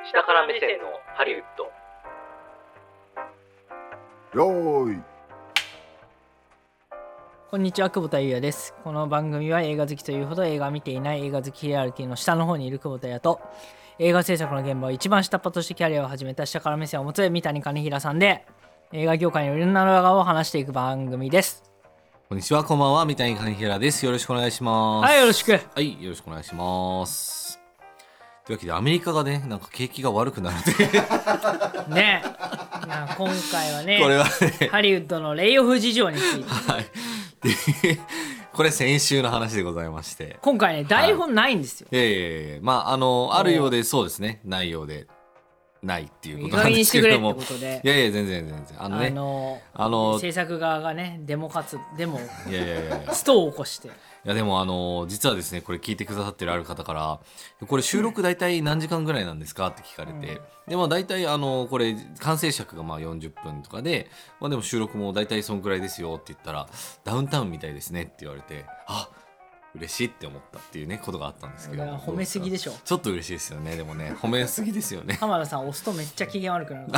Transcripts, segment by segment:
下から目線のハリウッド。 よーい。 こんにちは、久保田裕也です。この番組は映画好きというほど映画を見ていない映画好きヒエラルキーの下の方にいる久保田裕也と、映画制作の現場を一番下っ端としてキャリアを始めた下から目線を持つ三谷兼平さんで、映画業界のいろんな裏側を話していく番組です。 こんにちは、こんばんは、三谷兼平です。よろしくお願いします。 はい、よろしく。 はい、よろしくお願いします。というわけでアメリカがね、なんか景気が悪くなるってね、今回はね、 これはねハリウッドのレイオフ事情について、 はいでこれ先週の話でございまして、 今回ね台本ないんですよ。 いやいやいや、まああるようでそうですね、ないようでないっていうことなんですけれども、 意外にしてくれってことで、 いやいや全然制作側がねデモいやストを起こして、 いやでも実はですね、これ聞いてくださってるある方からこれ収録大体何時間ぐらいなんですかって聞かれて、でまあ大体これ完成尺がまあ40分とかで、まあでも収録も大体そんくらいですよって言ったら、ダウンタウンみたいですねって言われて、あ、嬉しいって思ったっていうねことがあったんですけど、 褒めすぎでしょ。 ちょっと嬉しいですよね。でもね、褒めすぎですよね。 浜田さん押すとめっちゃ機嫌悪くなる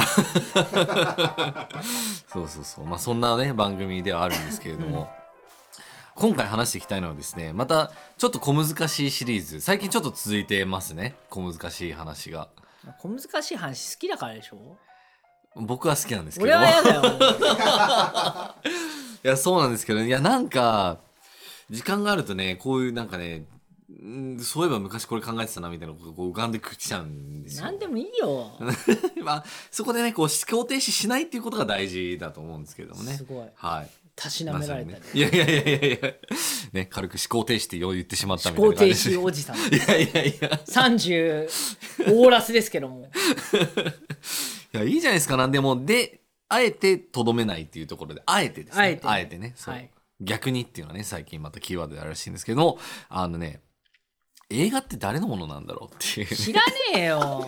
そう、まあそんなね番組ではあるんですけれども、今回話していきたいのはですね、またちょっと小難しいシリーズ、最近ちょっと続いてますね、小難しい話が。 小難しい話好きだからでしょ。 僕は好きなんですけど、 俺は嫌だよいやそうなんですけど、いやなんか時間があるとね、こういうなんかね、そういえば昔これ考えてたなみたいなことがこう浮かんできちゃうんですよ。 なんでもいいよまあそこでね、こう思考停止しないっていうことが大事だと思うんですけどもね。 すごい、 はい、 たしなめられたり、 ね、いやね、軽く思考停止って言ってしまったみたいな感じで。 思考停止おじさんいや 30オーラスですけどもいやいいじゃないですか。なんでもであえてとどめないっていうところで、あえてですね、あえてね、そう、はい、逆にっていうのはね、最近またキーワードであるらしいんですけども、映画って誰のものなんだろうっていう、ね、 知らねえよ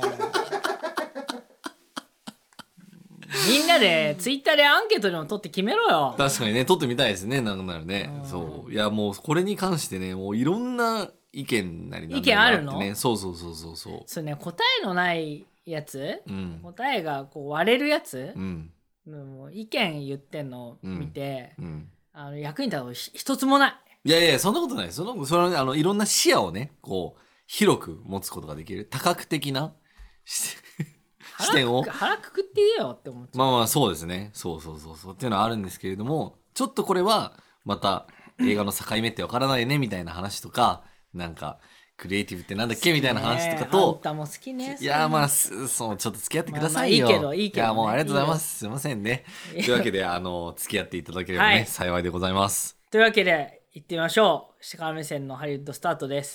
みんなでツイッターでアンケートでも取って決めろよ。 確かにね、取ってみたいですね。なんならね、そう、いやもうこれに関してね、もういろんな意見なりなんなりがあってね。 意見あるの？ そうそれね、答えのないやつ、答えがこう割れるやつ、もう意見言ってんのを見て、役に立つこと一つもない。 いやそんなことない。それはいろんな視野をね、こう広く持つことができる多角的な視点を腹くくって言えよって思っちゃう。 まあそうですね、そうっていうのはあるんですけれども、ちょっとこれはまた映画の境目ってわからないねみたいな話とか、なんかクリエイティブってなんだっけみたいな話とかと、 あんたも好きね。 いやまあそうちょっと付き合ってくださいよ。 いいけど、ね、 いやもうありがとうございます。すいませんね。というわけで付き合っていただければね、幸いでございます。 というわけで行ってみましょう。下から目線のハリウッドスタートです。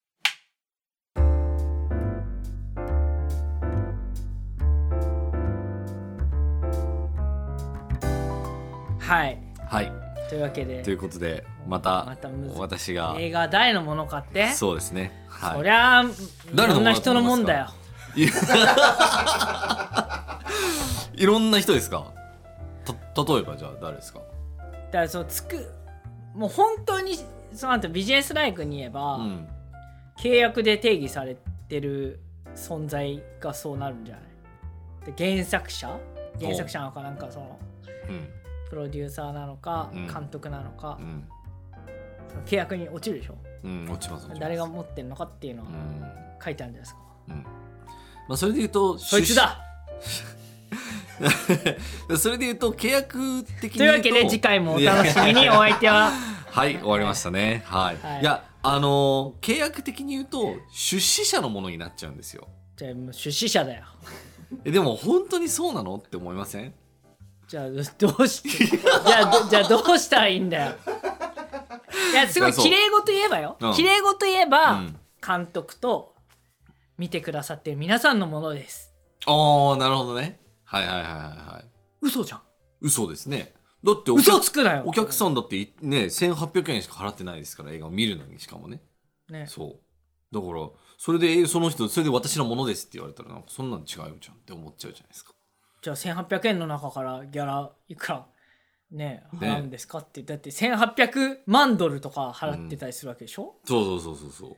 はいというわけで、 ということでまた私が映画誰のものかって。 そうですね、はい、 そりゃいろんな人のもんだよ。 いろんな人ですか。例えばじゃあ誰ですか。 だからもう本当にビジネスライクに言えば、契約で定義されてる存在がそうなるんじゃない。で原作者なのか、なんかその、プロデューサーなのか、監督なのか、契約に落ちるでしょ。 落ちます。 誰が持ってるのかっていうのは書いてあるんじゃないですか。 まあ、それで言うとそいつだそれで言うと契約的にというわけで次回もお楽しみに。お相手ははい終わりましたね。はい、いや契約的に言うと出資者のものになっちゃうんですよ。 じゃあもう出資者だよ。 でも本当にそうなのって思いません？ じゃあどうしてじゃあどうしたらいいんだよ。いやすごい綺麗事言えばよ、綺麗事言えば、監督と見てくださってる皆さんのものです。 ああなるほどね。はい嘘じゃん。 嘘ですね。だって嘘つくなよ。 お客さんだってね1800円しか払ってないですから、映画を見るのに。しかもねそうだからそれでその人それで私のものですって言われたら、なんかそんなの違うじゃんって思っちゃうじゃないですか。 じゃあ1800円の中からギャラいくらね払うんですかって、だって1800万ドルとか払ってたりするわけでしょ。 そう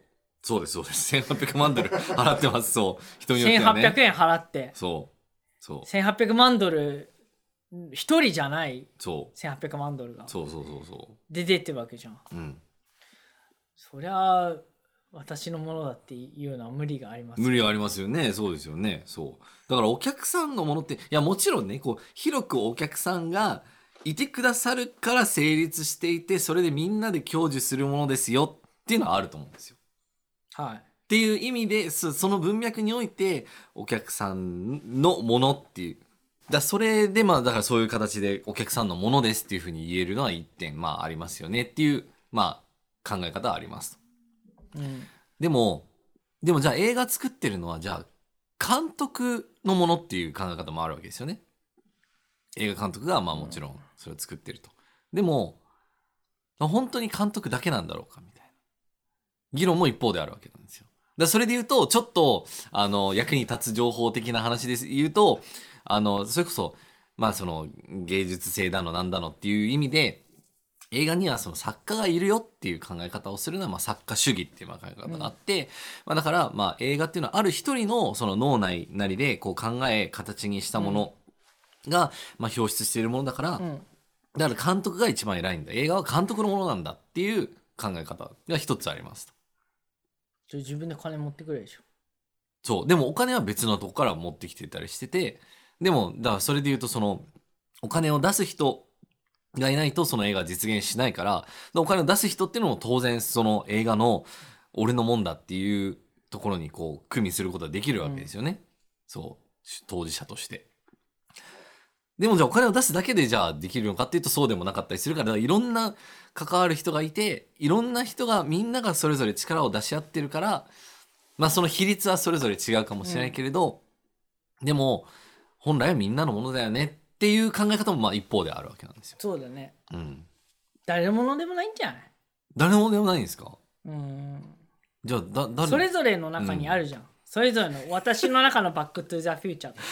そうですそうです1800万ドル払ってますそう人によってはね 1800円払ってそう 1800万ドル一人じゃないそう 1800万ドルがそうで出てるわけじゃん、うん、そりゃ私のものだっていうのは無理があります無理がありますよねそうですよねそうだからお客さんのものっていやもちろんねこう広くお客さんがいてくださるから成立していてそれでみんなで享受するものですよっていうのはあると思うんですよはいっていう意味でその文脈においてお客さんのものっていうだそれでだからそういう形でお客さんのものですっていうふうに言えるのは一点ありますよねっていう考え方はあります、うん、でもじゃあ映画作ってるのはじゃあ監督のものっていう考え方もあるわけですよね映画監督がもちろんそれを作ってるとでも本当に監督だけなんだろうかみたいな議論も一方であるわけなんですよそれで言うとちょっと役に立つ情報的な話で言うとそれこそその芸術性だのなんだのっていう意味で映画にはその作家がいるよっていう考え方をするのは作家主義っていう考え方があって、だから映画っていうのはある一人のその脳内なりでこう考え形にしたものが表出しているものだから、だから監督が一番偉いんだ映画は監督のものなんだっていう考え方が一つありますと。 自分で金持ってくれでしょ。 そうでもお金は別のとこから持ってきてたりしててでもだからそれで言うとそのお金を出す人がいないとその映画は実現しないからお金を出す人っていうのも当然その映画の俺のもんだっていうところにこう組みすることができるわけですよね、そう当事者として。でもじゃあお金を出すだけでじゃあできるのかっていうとそうでもなかったりするからいろんな関わる人がいていろんな人がみんながそれぞれ力を出し合ってるからその比率はそれぞれ違うかもしれないけれど、でも本来はみんなのものだよねっていう考え方も一方であるわけなんですよ。 そうだね、誰のものでもないんじゃない？ 誰のものでもないんですか？じゃあ誰それぞれの中にあるじゃん、それぞれの私の中のバックトゥザフューチャー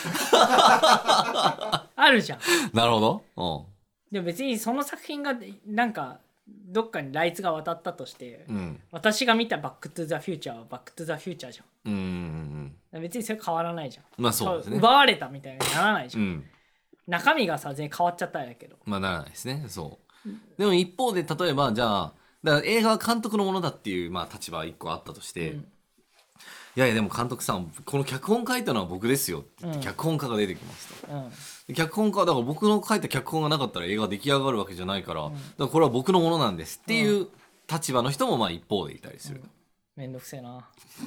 あるじゃん。 なるほど、 でも別にその作品がなんかどっかにライツが渡ったとして、私が見たバックトゥザフューチャーはバックトゥザフューチャーじゃん、別にそれ変わらないじゃん。 そうですね、 奪われたみたいにならないじゃん、中身がさ全然変わっちゃったんやけどならないですね。そうでも一方で例えばじゃあだから映画は監督のものだっていう立場は一個あったとして、いやでも監督さんこの脚本書いたのは僕ですよって言って、脚本家が出てきますと、脚本家だから僕の書いた脚本がなかったら映画出来上がるわけじゃないから、だからこれは僕のものなんですっていう立場の人も一方でいたりする、 めんどくせえな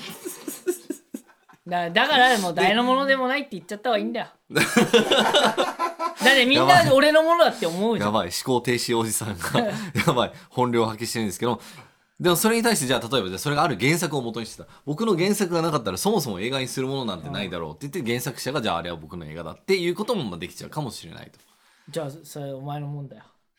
だからもう誰のものでもないって言っちゃった方がいいんだよだってみんな俺のものだって思うじゃん。 やばい思考停止おじさんがやばい本領発揮してるんですけど、でもそれに対してじゃあ例えばじゃあそれがある原作を元にしてた僕の原作がなかったらそもそも映画にするものなんてないだろうって言って原作者がじゃああれは僕の映画だっていうこともできちゃうかもしれないと。 じゃあそれお前のもんだよ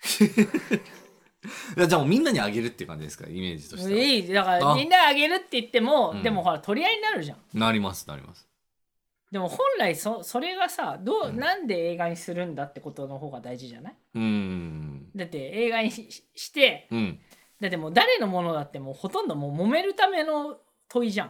じゃあもうみんなにあげるっていう感じですかイメージとしては。 いいだからみんなにあげるって言っても、でもほら取り合いになるじゃん。 なりますでも本来それがさなんで映画にするんだってことの方が大事じゃない？だって映画に して、だってもう誰のものだってもうほとんどもう揉めるための問いじゃん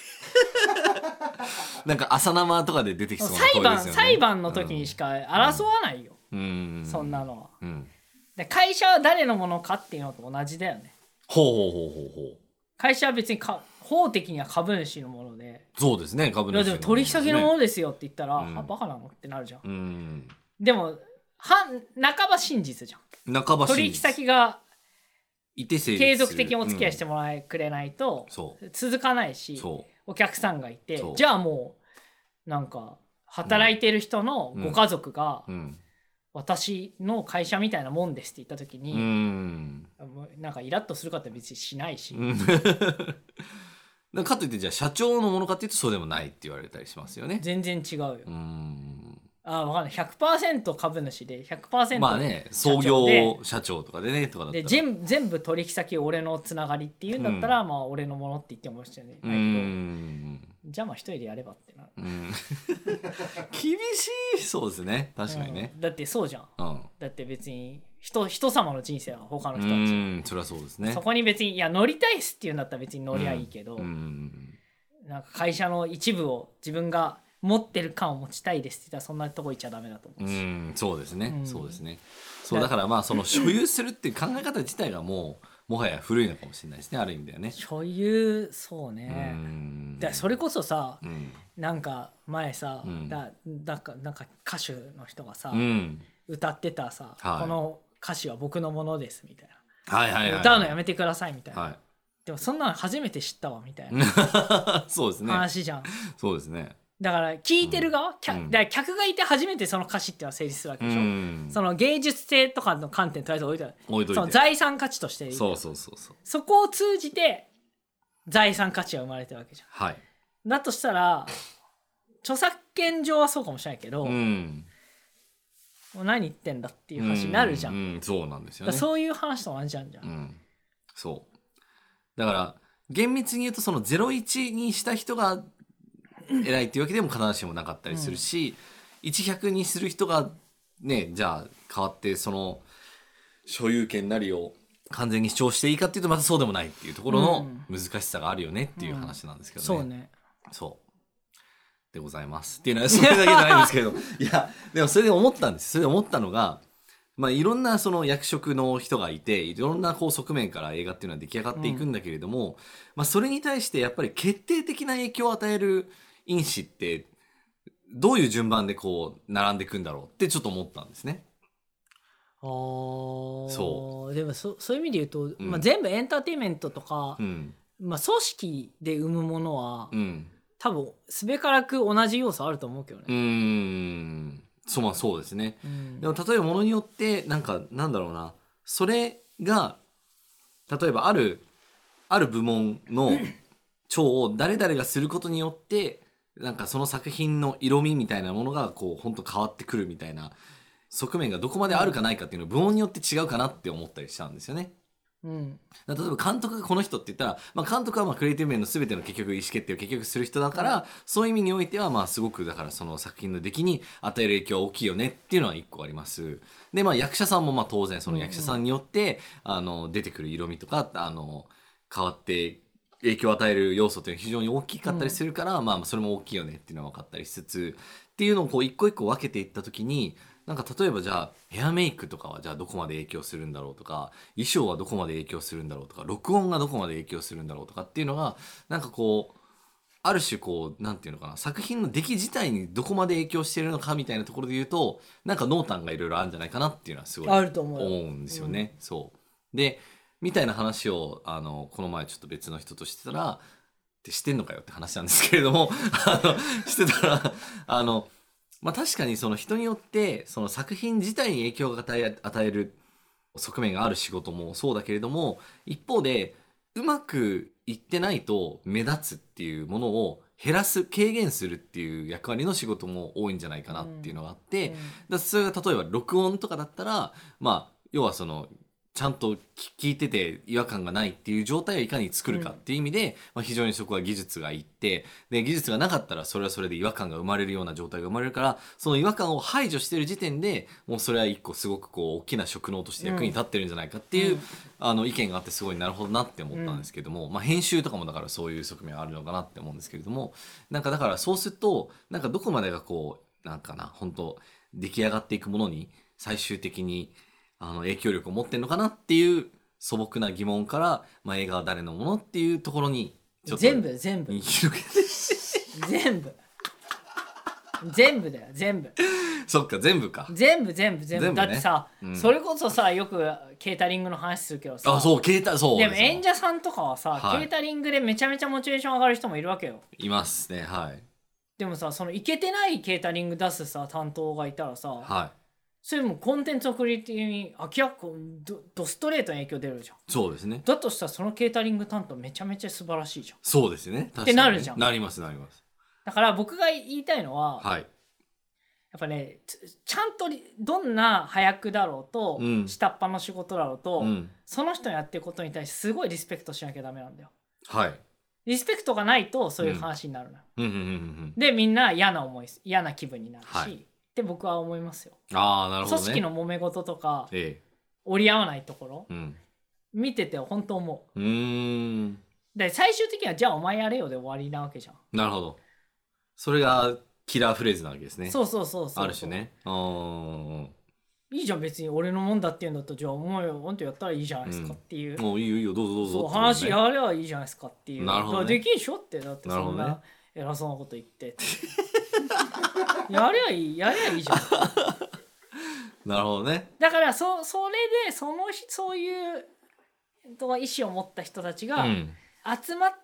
なんか朝生とかで出てきそうな問いですよね。 裁判の時にしか争わないよ、そんなのは、で会社は誰のものかっていうのと同じだよね。会社は別に法的には株主のもので、 そうですね株主のものですね。 でも取引先のものですよって言ったら、バカなのってなるじゃん、でも半ば真実じゃん。半ば真実。取引先が継続的にお付き合いしてもらえくれないと続かないし、お客さんがいてじゃあもうなんか働いてる人のご家族が、私の会社みたいなもんですって言った時に、なんかイラッとするかって別にしないし、 かといってじゃあ社長のものかっていうとそうでもないって言われたりしますよね。 全然違うよ。分かんない 100% 株主で 100% 創業社長とかでねとかだったらで全部取引先俺のつながりっていうんだったら、俺のものって言ってもいいじゃないけど、 じゃあまあ一人でやればってなる、 厳しい。そうですね、確かにね、 だってそうじゃん、だって別に人様の人生は他の人たち、 それはそうですね。 そこに別にいや乗りたいっすっていうんだったら別に乗りゃいいけど、なんか会社の一部を自分が持ってる感を持ちたいですって言ったらそんなとこ行っちゃダメだと思うし、 そうですね、そうですね。そうだからまあその所有するっていう考え方自体がもはや古いのかもしれないですね、ある意味ではね。 所有、そうね。だそれこそさ、なんか前さ、なんか歌手の人がさ、歌ってたさ、この歌詞は僕のものですみたいな、歌うのやめてくださいみたいな、でもそんなの初めて知ったわみたいなそうですね、話じゃん。そうですね。だから聴いてる側、だから客がいて初めてその歌詞っていうのは成立するわけでしょ。その芸術性とかの観点とりあえず置いといて、その財産価値としてそこを通じて財産価値が生まれてるわけじゃん、だとしたら著作権上はそうかもしれないけど、もう何言ってんだっていう話になるじゃん、そうなんですよね。そういう話と同じなんじゃん、そうだから厳密に言うとその01にした人が偉いっていうわけでも必ずしもなかったりするし、1100にする人がね、じゃあ変わってその所有権なりを完全に主張していいかっていうとまたそうでもないっていうところの難しさがあるよねっていう話なんですけどね、そうね、そうでございますっていうのはそれだけじゃないんですけどいやでもそれで思ったんです。それで思ったのが、まあ、いろんなその役職の人がいていろんなこう側面から映画っていうのは出来上がっていくんだけれども、まあ、それに対してやっぱり決定的な影響を与える因子ってどういう順番でこう並んでいくんだろうってちょっと思ったんですね。 そうでもそういう意味で言うと、まあ、全部エンターテインメントとか、まあ、組織で生むものは、多分すべからく同じ要素あると思うけどね。 まあそうですね、でも例えばものによってなんだろうな、それが例えばある部門の長を誰々がすることによってなんかその作品の色味みたいなものがこう本当変わってくるみたいな側面がどこまであるかないかっていうのは部門によって違うかなって思ったりしたんですよね。例えば監督がこの人って言ったら、まあ、監督はまあクリエイティブ面の全ての結局意思決定を結局する人だから、そういう意味においてはまあすごくだからその作品の出来に与える影響は大きいよねっていうのは一個あります。でまあ役者さんもまあ当然その役者さんによって、出てくる色味とか変わって影響を与える要素っていうのは非常に大きかったりするから、まあそれも大きいよねっていうのは分かったりしつつっていうのをこう一個一個分けていった時に、なんか例えばじゃあヘアメイクとかはじゃあどこまで影響するんだろうとか、衣装はどこまで影響するんだろうとか、録音がどこまで影響するんだろうとかっていうのがなんかこうある種こうなんていうのかな、作品の出来自体にどこまで影響しているのかみたいなところで言うとなんか濃淡がいろいろあるんじゃないかなっていうのはすごい思うんですよね。そうでみたいな話をこの前ちょっと別の人としてたらってしてんのかよって話なんですけれどもしてたらまあ、確かにその人によってその作品自体に影響が与える側面がある仕事もそうだけれども、一方でうまくいってないと目立つっていうものを減らす軽減するっていう役割の仕事も多いんじゃないかなっていうのがあって、だそれが例えば録音とかだったらまあ要はそのちゃんと聞いてて違和感がないっていう状態をいかに作るかっていう意味で、まあ、非常にそこは技術がいって、で技術がなかったらそれはそれで違和感が生まれるような状態が生まれるから、その違和感を排除してる時点でもうそれは一個すごくこう大きな職能として役に立ってるんじゃないかっていう、意見があってすごいなるほどなって思ったんですけども、まあ、編集とかもだからそういう側面あるのかなって思うんですけれども、なんかだからそうするとなんかどこまでがこうなんかな本当出来上がっていくものに最終的に影響力を持ってるのかなっていう素朴な疑問から、まあ、映画は誰のものっていうところにちょっと全部全部だよ全部そっか全部か全部、ね、だってさ、それこそさよくケータリングの話するけどさ、 そうそうでも演者さんとかはさ、ケータリングでめちゃめちゃモチベーション上がる人もいるわけよ。 いますね。はいでもさそのイケてないケータリング出すさ担当がいたらさ、それもコンテンツのクリエイティブに明らかドストレートに影響出るじゃん。そうですね。だとしたらそのケータリング担当めちゃめちゃ素晴らしいじゃん。 そうですね。 ってなるじゃん。 なりますだから僕が言いたいのは、やっぱねちゃんとどんな早くだろうと、下っ端の仕事だろうと、その人のやってることに対してすごいリスペクトしなきゃダメなんだよ。 リスペクトがないとそういう話になるのよ、 うんうんうんうん、 でみんな嫌な気分になるし、 はい、 って僕は思いますよ。 ああ、なるほどね。 組織の揉め事とか、 ええ、 折り合わないところ、 うん、 見てて本当思う。 で最終的にはじゃあお前やれよで終わりなわけじゃん。 なるほど。それがキラーフレーズなわけですね。 そうそうそうそう、 ある種ね。 いいじゃん別に俺のもんだって言うんだったらじゃあお前あんたやったらいいじゃないですかっていう、 もういいよいいよどうぞどうぞ、 そう話やればいいじゃないですかっていう。 なるほどね、 できんでしょって。だってそんな偉そうなこと言ってやりゃいいじゃんなるほどね。 だからそれでそういう意思を持った人たちが集まって、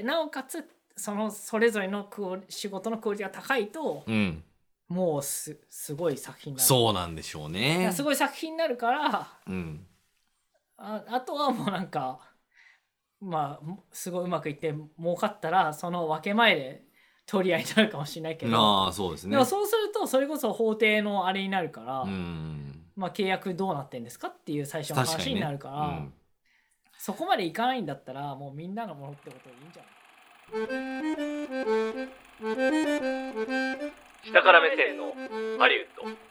なおかつそれぞれの仕事のクオリティが高いと、もうすごい作品になる。 そうなんでしょうね。 すごい作品になるから、あとはもうなんかまあすごいうまくいって儲かったらその分け前で取り合いになるかもしれないけど、 そうですね、 でもそうするとそれこそ法廷のあれになるから、まあ契約どうなってんですかっていう最初の話になるから、そこまでいかないんだったらもうみんなのものってことでいいんじゃない。 下から目線のハリウッド。 どうな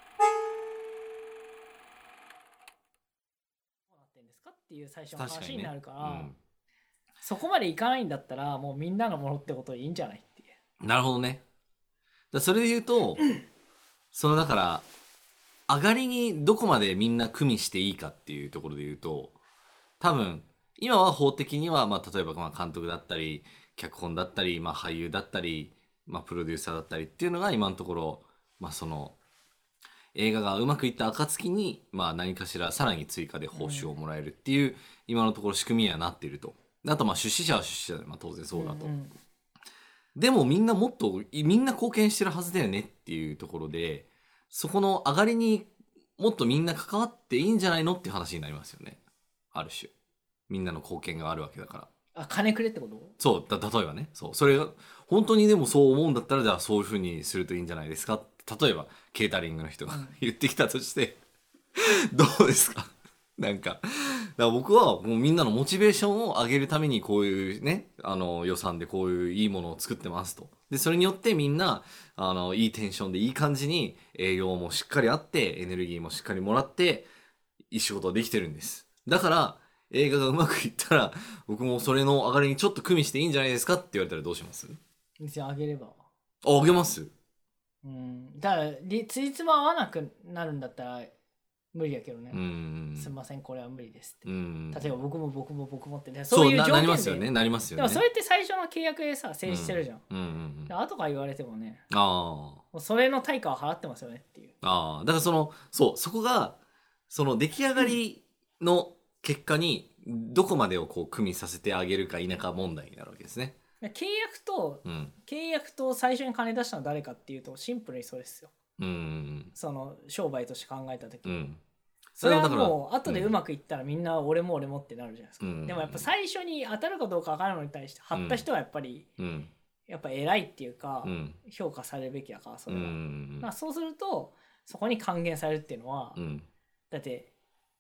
ってんですかっていう最初の話になるから、そこまでいかないんだったらもうみんなのものってことでいいんじゃないっていう。 なるほどね。それで言うとだから上がりにどこまでみんな組みしていいかっていうところで言うと、多分今は法的には、例えば監督だったり脚本だったり、俳優だったり、プロデューサーだったりっていうのが今のところ、その映画がうまくいった暁に、何かしらさらに追加で報酬をもらえるっていう、今のところ仕組みにはなっていると。あと出資者は出資者で、当然そうだと。でもみんな貢献してるはずだよねっていうところで、そこの上がりにもっとみんな関わっていいんじゃないのっていう話になりますよね。ある種みんなの貢献があるわけだから。 金くれってこと？ そう例えばね、それが本当にでもそう思うんだったら、じゃあそういう風にするといいんじゃないですか。例えばケータリングの人が言ってきたとしてどうですか。だから僕はもうみんなのモチベーションを上げるためにこういうね、予算でこういういいものを作ってますと。でそれによってみんないいテンションでいい感じに営業もしっかりあってエネルギーもしっかりもらっていい仕事ができてるんです。だから映画がうまくいったら僕もそれの上がりにちょっと組みしていいんじゃないですかって言われたらどうします？ 別にあげれば。 あげます。 だからついつま合わなくなるんだったら無理やけどね。すみませんこれは無理ですって。例えば僕もってね、そういう条件でなりますよね。 なりますよね。 でもそれって最初の契約でさ成立してるじゃん。後から言われてもね。もうそれの対価は払ってますよねっていう。 だからそこがその出来上がりの結果にどこまでをこう組みさせてあげるか否か問題になるわけですね。 契約と最初に金出したのは誰かっていうとシンプルにそうですよ。その商売として考えた時、それはもう後でうまくいったらみんな俺もってなるじゃないですか。でもやっぱ最初に当たるかどうか分からないのに対して貼った人はやっぱり、やっぱ偉いっていうか、評価されるべきだからそれは、そうするとそこに還元されるっていうのは、だって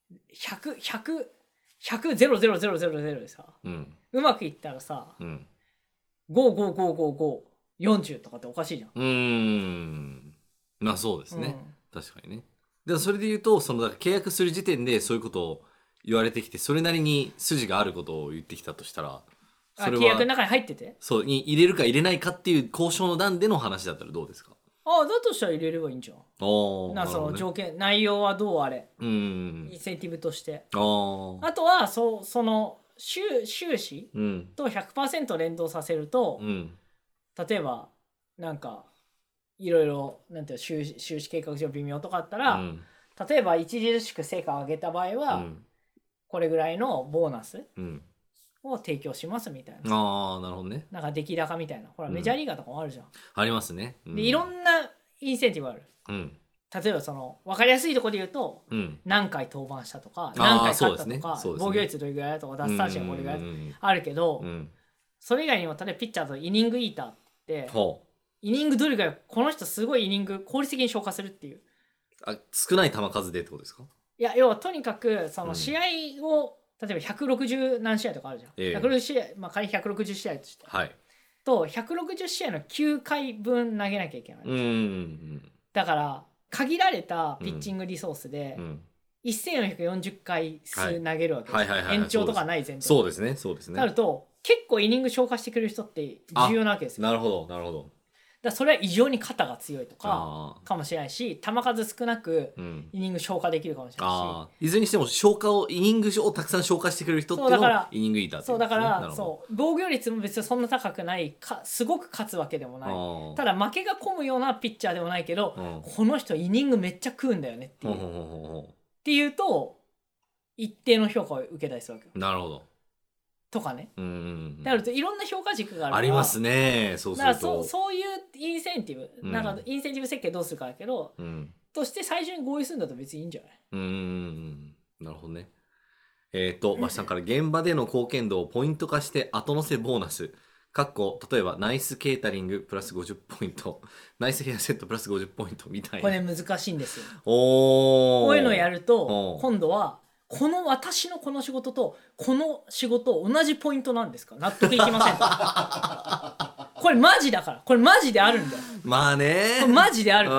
100,000,000でさ、うまくいったらさ、5555540とかっておかしいじゃん。 そうですね、確かにね。でそれで言うとだから契約する時点でそういうことを言われてきてそれなりに筋があることを言ってきたとしたら、 それは契約の中に入っててに入れるか入れないかっていう交渉の段での話だったらどうですか？ だとしたら入れればいいんじゃん。その条件、内容はどうあれ、インセンティブとして。あとはその収支と 100% 連動させると、例えばなんかいろいろなんていう収支計画上微妙とかあったら、例えば著しく成果を上げた場合は、これぐらいのボーナスを提供しますみたいな。 なるほどね。 なんか出来高みたいな。ほら、メジャーリーガーとかもあるじゃん。 ありますね。 でいろんなインセンティブある。例えば分かりやすいところで言うと、何回登板したとか何回勝ったとか、防御率どれぐらいだとか奪三振これぐらいあるけど、それ以外にも例えばピッチャーとイニングイーターってイニングどれぐらいこの人すごいイニング効率的に消化するっていう。 少ない球数でってことですか？ いや要はとにかくその試合を、 例えば160何試合とかあるじゃん、160試合、まあ、仮に160試合として、 はい、 と160試合の9回分投げなきゃいけない、だから限られたピッチングリソースで、1440回数投げるわけですよ、延長とかない前提。 そうですね、そうですね。 なると結構イニング消化してくれる人って重要なわけですよ。 なるほどなるほど。 だからそれは異常に肩が強いとかかもしれないし、球数少なくイニング消化できるかもしれないし、 いずれにしてもイニングをたくさん消化してくれる人っていうのはイニングイーターってそうだからそう防御率も別にそんな高くないすごく勝つわけでもない、ただ負けが込むようなピッチャーでもないけど、この人イニングめっちゃ食うんだよねっていう、っていうと一定の評価を受けたりするわけよ。 なるほどとかね。だからいろんな評価軸があるからありますね。そうするとそういうインセンティブ、なんかインセンティブ設計どうするかだけど、として最初に合意するんだと別にいいんじゃない。 なるほどね。マシさんから現場での貢献度をポイント化して後乗せボーナス例えばナイスケータリングプラス50ポイント、ナイスヘアセットプラス50ポイントみたいな。 これね難しいんですよ。こういうのをやると今度はこの私のこの仕事とこの仕事同じポイントなんですか、納得いきませんかこれマジだから、これマジであるんだよ。 まあね、 これマジであるから。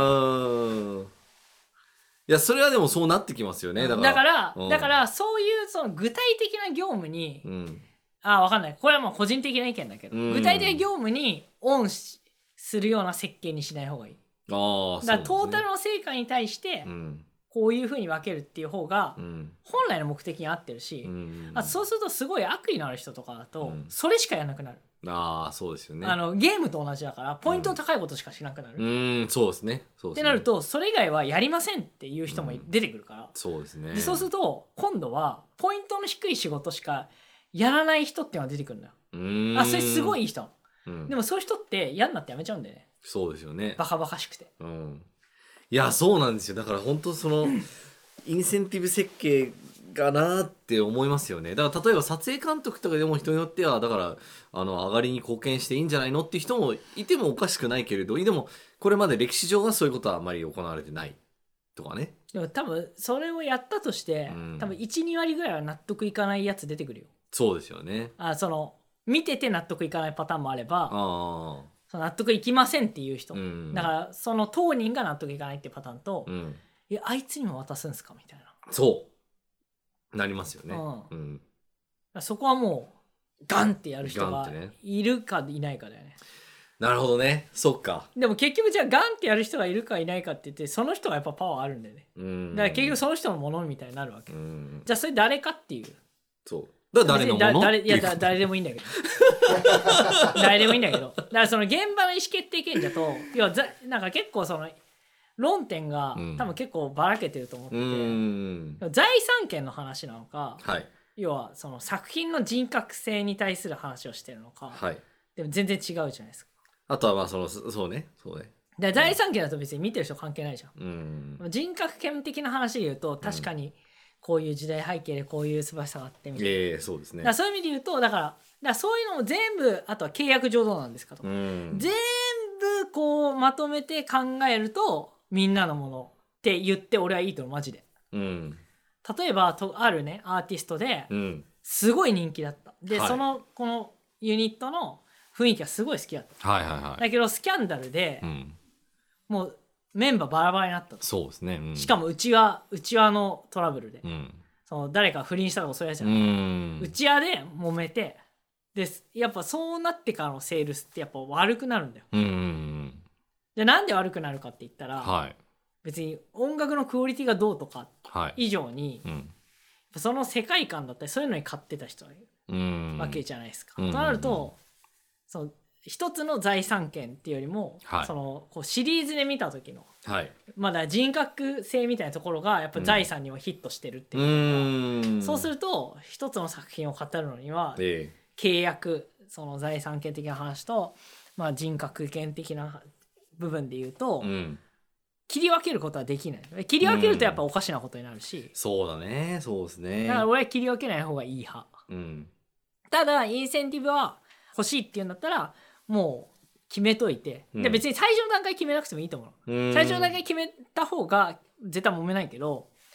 いやそれはでもそうなってきますよね。だからそういうその具体的な業務に、分かんない、これはもう個人的な意見だけど、具体的な業務にオンするような設計にしない方がいい。だからトータルの成果に対して、こういう風に分けるっていう方が本来の目的に合ってるし、そうするとすごい悪意のある人とかだとそれしかやらなくなる。 そうですよね。 ゲームと同じだからポイントの高いことしかしなくなる。 そうですね。 ってなるとそれ以外はやりませんっていう人も出てくるから。 そうですね。 でそうすると今度はポイントの低い仕事しかやらない人っていうのが出てくるんだよ。それすごいいい人。でもそういう人って嫌になってやめちゃうんだよね。 そうですよね。 バカバカしくて。 いやそうなんですよ。だから本当そのインセンティブ設計がなって思いますよね。だから例えば撮影監督とかでも人によってはだから上がりに貢献していいんじゃないのっていう人もいてもおかしくないけれど、でもこれまで歴史上はそういうことはあまり行われてないとかね。 でも多分それをやったとして、多分 1,2 割ぐらいは納得いかないやつ出てくるよ。 そうですよね。 その見てて納得いかないパターンもあれば、その納得いきませんっていう人、だからその当人が納得いかないっていうパターンと、いやあいつにも渡すんすかみたいな、 そうなりますよね。 そこはもうガンってやる人がいるかいないかだよね。 なるほどね。そっか。 でも結局じゃあガンってやる人がいるかいないかって言って、その人がやっぱパワーあるんだよね。だから結局その人のものみたいになるわけ。じゃあそれ誰かっていう。 そうだから誰のもの？ いや誰でもいいんだけど誰でもいいんだけど、だからその現場の意思決定権者と要はなんか結構その論点が多分結構ばらけてると思ってて、財産権の話なのか、要はその作品の人格性に対する話をしてるのか、でも全然違うじゃないですか。 あとはまあそうねで財産権だと別に見てる人関係ないじゃん。人格権的な話で言うと確かにこういう時代背景でこういう素晴らしさがあってみたいな、 そうですね。 だからそういう意味で言うとだからそういうのも全部、あとは契約上どうなんですかとか、全部こうまとめて考えるとみんなのものって言って俺はいいと思うマジで。例えばあるねアーティストですごい人気だった。で、このユニットの雰囲気がすごい好きだった。だけどスキャンダルで、もうメンバーバラバラになったと。 そうですね。 しかもうちわのトラブルで、その誰か不倫したとかそういうやつじゃない。うちわで揉めて、でやっぱそうなってからのセールスってやっぱ悪くなるんだよ。じゃあなんで悪くなるかって言ったら、別に音楽のクオリティがどうとか以上に、その世界観だったりそういうのに買ってた人がいるわけじゃないですか。となるとその一つの財産権っていうよりも、そのこうシリーズで見た時の、まだ人格性みたいなところがやっぱ財産にはヒットしてるっていう、そうすると一つの作品を語るのには、契約その財産権的な話と、人格権的な部分で言うと、切り分けることはできない。切り分けるとやっぱおかしなことになるし、 そうだね、そうですね。 だから俺は切り分けない方がいい派。ただインセンティブは欲しいっていうんだったらもう決めといて、で別に最初の段階決めなくてもいいと思う。最初の段階決めた方が絶対揉めないけど、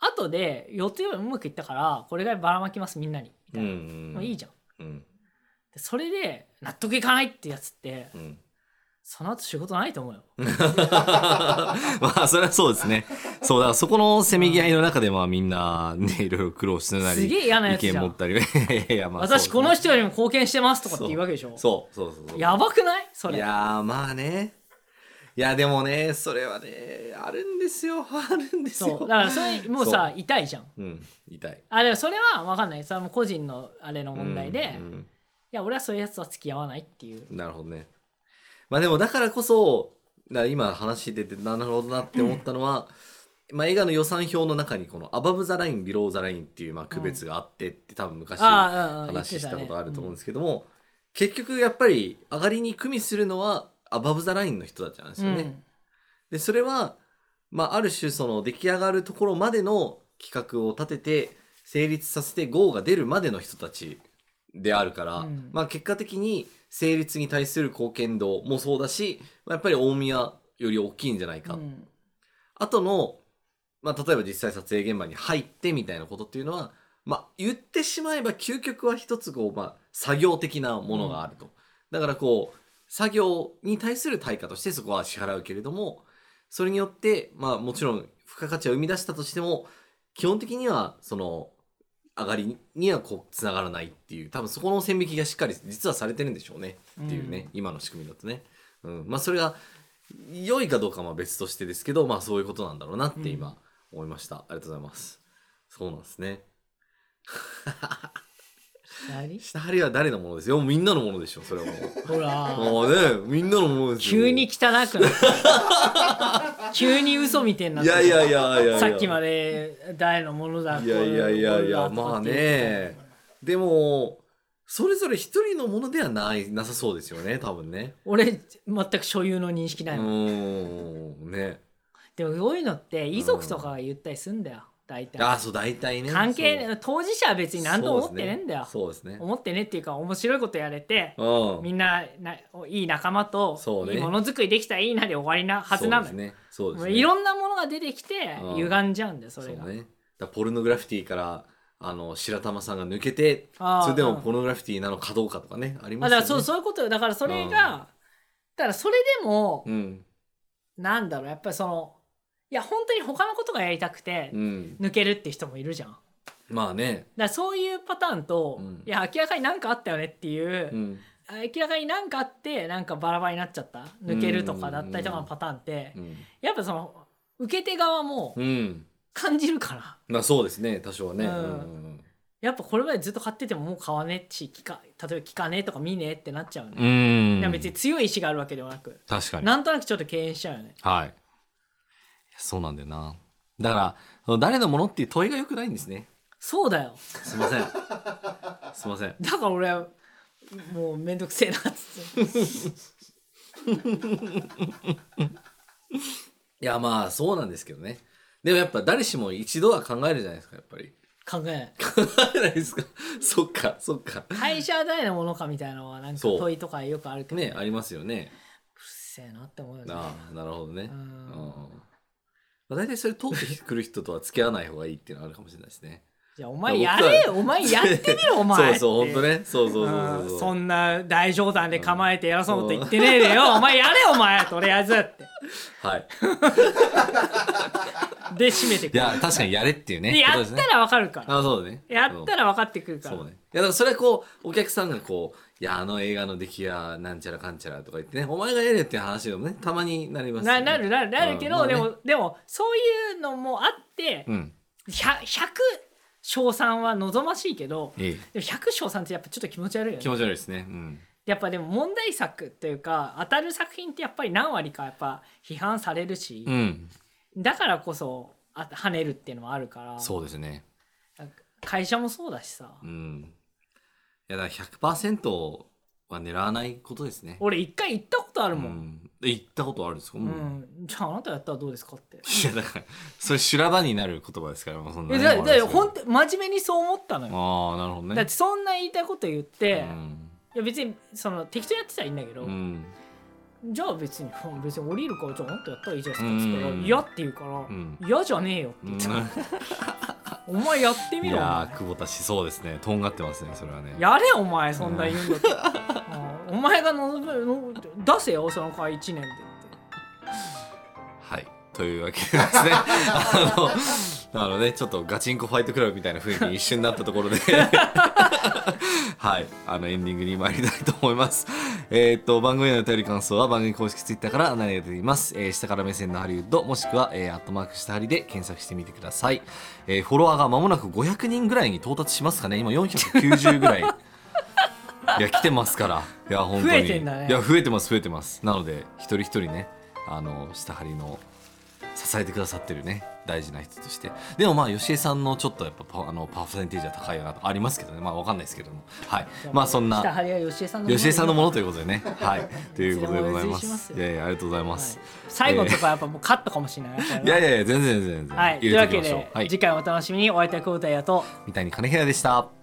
後で予定よりうまくいったからこれがばらまきますみんなにみたいな、もういいじゃん、でそれで納得いかないってやつって、その後仕事ないと思うよまあそれはそうですね。そうだからそこのせめぎ合いの中でまあみんなねいろいろ苦労してなりすげえ嫌なやつじゃん意見持ったりいやまあ私この人よりも貢献してますとかって言うわけでしょ。 そうやばくないそれ。 いやまあね、いやでもねそれはねあるんですよ。 そうだからそれもうさ痛いじゃん。 痛い。 でもそれは分かんない、それも個人のあれの問題で、いや俺はそういうやつは付き合わないっていう。 なるほどね。まあでもだからこそ今話出てなるほどなって思ったのは、まあ、映画の予算表の中にこのアバブ・ザ・ライン、ビロー・ザ・ラインっていうまあ区別があってって多分昔話したことあると思うんですけども、結局やっぱり上がりに組みするのはアバブ・ザ・ラインの人たちなんですよね。でそれは、まあ、ある種その出来上がるところまでの企画を立てて成立させて GO が出るまでの人たちであるから、まあ、結果的に成立に対する貢献度もそうだし、やっぱり大宮より大きいんじゃないか、あとの、まあ、例えば実際撮影現場に入ってみたいなことっていうのは、まあ、言ってしまえば究極は一つこう、まあ、作業的なものがあると、だからこう作業に対する対価としてそこは支払うけれども、それによって、まあ、もちろん付加価値を生み出したとしても基本的にはその上がりにはこうつながらないっていう、多分そこの線引きがしっかり実はされてるんでしょうねっていうね、今の仕組みだとね、まあそれが良いかどうかは別としてですけど、まあそういうことなんだろうなって今思いました、ありがとうございます。そうなんですね。下張りは誰のものですよ。みんなのものでしょそれはもう。 ほらもうねみんなのものですよ。 急に汚くなった急に嘘みてんなって。 いやさっきまで誰のものだ。 いやまあね、でもそれぞれ一人のものではなさそうですよね多分ね。 俺全く所有の認識ないもんね。 でもそういうのって遺族とかが言ったりするんだよ大体。 そう大体ね。 関係当事者は別に何とも思ってねえんだよ。 そうですね。 思ってねっていうか面白いことやれて、みんないい仲間といいものづくりできたらいいなで終わりなはずなのよ。そうですね。いろんなものが出てきて歪んじゃうんだよそれが。そうね。 だポルノグラフィティから白玉さんが抜けて、それでもポルノグラフィティなのかどうかとかねありますよね。 だからそういうことよ。だからそれが、だからそれでも、なんだろうやっぱりそのいや本当に他のことがやりたくて抜けるって人もいるじゃん。 まあね。 だからそういうパターンと、いや明らかに何かあったよねっていう、明らかに何かあってなんかバラバラになっちゃった抜けるとかだったりとかのパターンって、やっぱその受け手側も感じるから。 まあそうですね多少はね。 やっぱこれまでずっと買っててももう買わねえし例えば聞かねえとか見ねえってなっちゃうね。いや別に強い意志があるわけではなく、 確かになんとなくちょっと敬遠しちゃうよね。 はい。そうなんだよな。だから誰のものっていう問いが良くないんですね。 そうだよ。 すいませんすいません。 だから俺はもうめんどくせえなっつっていやまあそうなんですけどね。でもやっぱ誰しも一度は考えるじゃないですかやっぱり。 考えないですか。そっか会社は誰のものかみたいなのはなんか問いとかよくあるけどねありますよね。 うるせえなって思うよね。 なるほどね。大体それ通ってくる人とは付き合わない方がいいっていうのはあるかもしれないですね。 じゃあお前やれよお前やってみろお前そう本当ね。そうそんな大冗談で構えて偉そうなこと言ってねえでよお前やれお前とりあえずってはいで締めてくる。 いや確かにやれっていうね。 やったらわかるから。 そうだね。 やったら分かってくるから。 そうね。いやだからそれはこうお客さんがこういや映画の出来やなんちゃらかんちゃらとか言ってねお前がやれっていう話でもねたまになりますよね。なるけど、でもそういうのもあって、100賞賛は望ましいけど、でも100賞賛ってやっぱちょっと気持ち悪いよね。 気持ち悪いですね。 やっぱでも問題作っていうか当たる作品ってやっぱり何割かやっぱ批判されるし、だからこそ跳ねるっていうのもあるから。そうですね。会社もそうだしさ。 いやだから 100% は狙わないことですね。 俺一回行ったことあるもん。 行ったことあるんですか。 じゃああなたやったらどうですかって。 いやだからそれ修羅場になる言葉ですからそんな、 だから本当真面目にそう思ったのよ。 なるほどね。 だってそんな言いたいこと言って、いや別にその適当にやってたらいいんだけど、 じゃあ別に降りるからじゃああんたやったらいいじゃないですかっつったら嫌って言うから、 ん嫌じゃねえよって言ったお前やってみろ。 いやー久保田氏そうですね、とんがってますねそれはね。 やれお前そんな言うんだってお前が出せよその会1年でって。 はいというわけでですねちょっとガチンコファイトクラブみたいな雰囲気に一瞬なったところではいエンディングに参りたいと思います。番組へのお便り感想は番組公式ツイッターから投げています。下から目線のハリウッドもしくはアットマークしたハリで検索してみてください。フォロワーが間もなく500人ぐらいに到達しますかね。今490ぐらいいや来てますから。いや本当に増えてんだね。 いや増えてますなので一人一人ね下ハリの支えてくださってるね大事な人として。でもまあ吉江さんのちょっとやっぱパーセンテージは高いよなとありますけどね。まあわかんないですけども、はいまあそんな下張りは吉江さんのものということでねはいということでございます。いやいやありがとうございます、 はい、最後とかやっぱもうカットかもしれないいやいや全然はい、というわけで、次回お楽しみに。お会いいたい久保田彩と三谷金平でした。